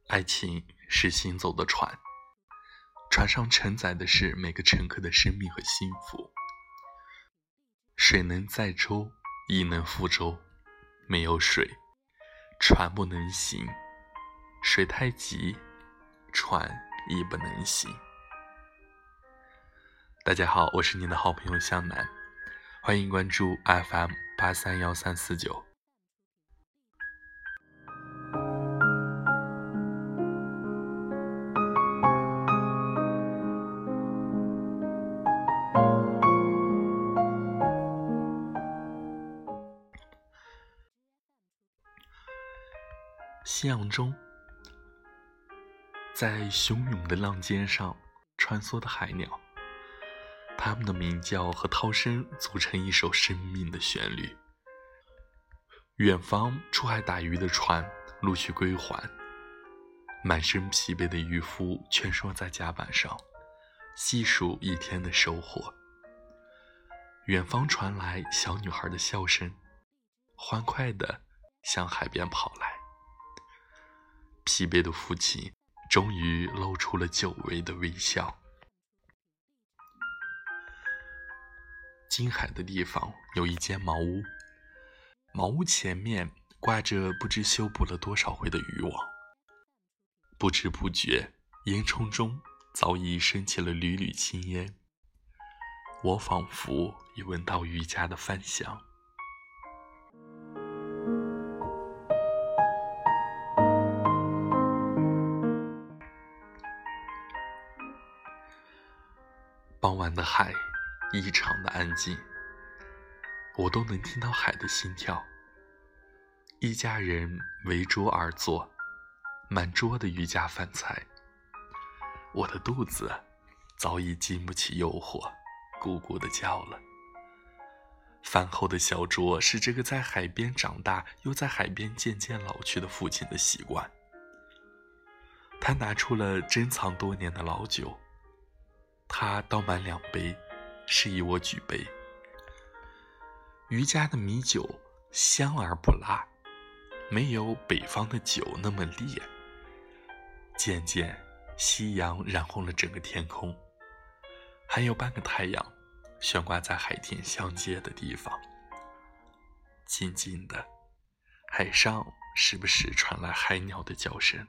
爱情是行走的船，船上承载的是每个乘客的生命和幸福。水能载舟，亦能覆舟。没有水，船不能行；水太急，船亦不能行。大家好，我是您的好朋友向南，欢迎关注 FM831349。夕阳中，在汹涌的浪尖上穿梭的海鸟，它们的鸣叫和涛声组成一首生命的旋律。远方出海打鱼的船陆续归还，满身疲惫的渔夫蜷缩在甲板上，细数一天的收获。远方传来小女孩的笑声，欢快地向海边跑来。疲惫的父亲终于露出了久违的微笑。近海的地方有一间茅屋，茅屋前面挂着不知修补了多少回的渔网，不知不觉烟囱中早已升起了缕缕青烟，我仿佛已闻到渔家的饭香。傍晚的海异常的安静，我都能听到海的心跳。一家人围桌而坐，满桌的渔家饭菜，我的肚子早已经不起诱惑，咕咕地叫了。饭后的小酌是这个在海边长大又在海边渐渐老去的父亲的习惯。他拿出了珍藏多年的老酒，他倒满2杯，示意我举杯。渔家的米酒香而不辣，没有北方的酒那么烈。渐渐夕阳染红了整个天空，还有半个太阳悬挂在海天相接的地方。静静的，海上时不时传来海鸟的叫声。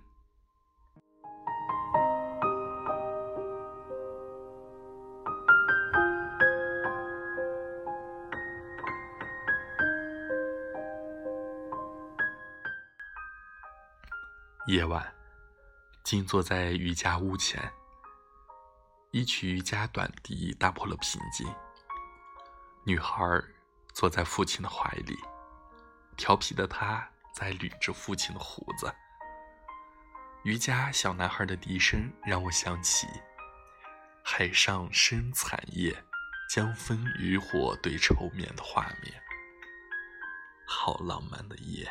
夜晚，静坐在渔家屋前，一曲渔家短笛打破了平静。女孩坐在父亲的怀里，调皮的她在捋着父亲的胡子。渔家小男孩的笛声让我想起海上生惨夜，江枫渔火对愁眠的画面。好浪漫的夜。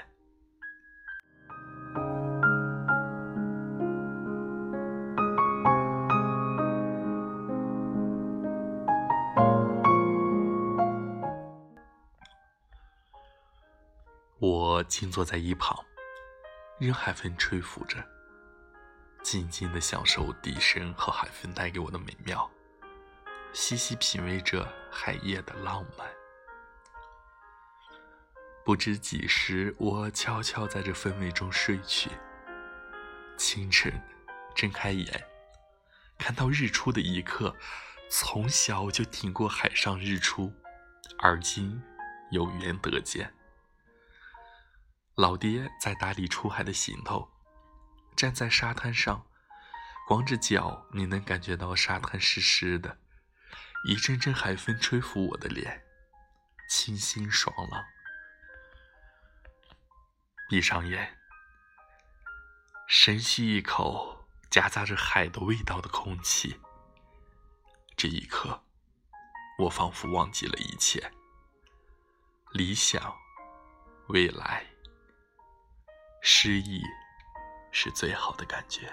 我静坐在一旁，任海风吹拂着，静静地享受笛声和海风带给我的美妙，细细品味着海夜的浪漫。不知几时，我悄悄在这氛围中睡去。清晨睁开眼，看到日出的一刻，从小就听过海上日出，而今有缘得见。老爹在打理出海的行头，站在沙滩上，光着脚，你能感觉到沙滩湿湿的，一阵阵海风吹拂我的脸，清新爽朗。闭上眼，深吸一口夹杂着海的味道的空气，这一刻，我仿佛忘记了一切，理想，未来，诗意是最好的感觉。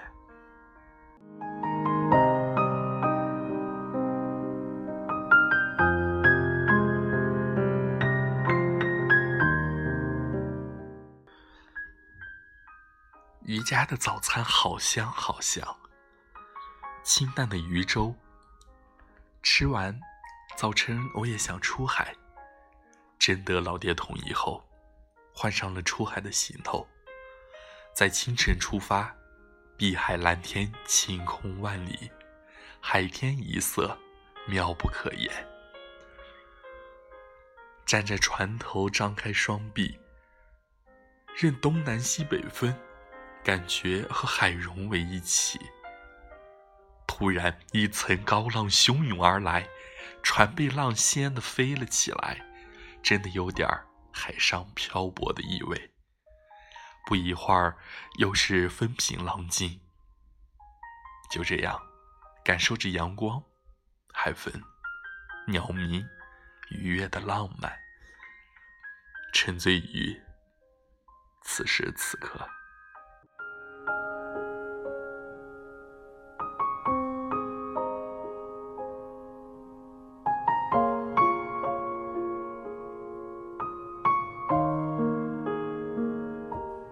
渔家的早餐好香好香，清淡的渔粥。吃完，早晨我也想出海。征得老爹同意后，换上了出海的行头。在清晨出发，碧海蓝天，晴空万里，海天一色，妙不可言。站在船头，张开双臂，任东南西北风，感觉和海融为一起。突然，一层高浪汹涌而来，船被浪掀得飞了起来，真的有点海上漂泊的意味。不一会儿，又是风平浪静。就这样，感受着阳光、海风、鸟鸣、愉悦的浪漫，沉醉于此时此刻。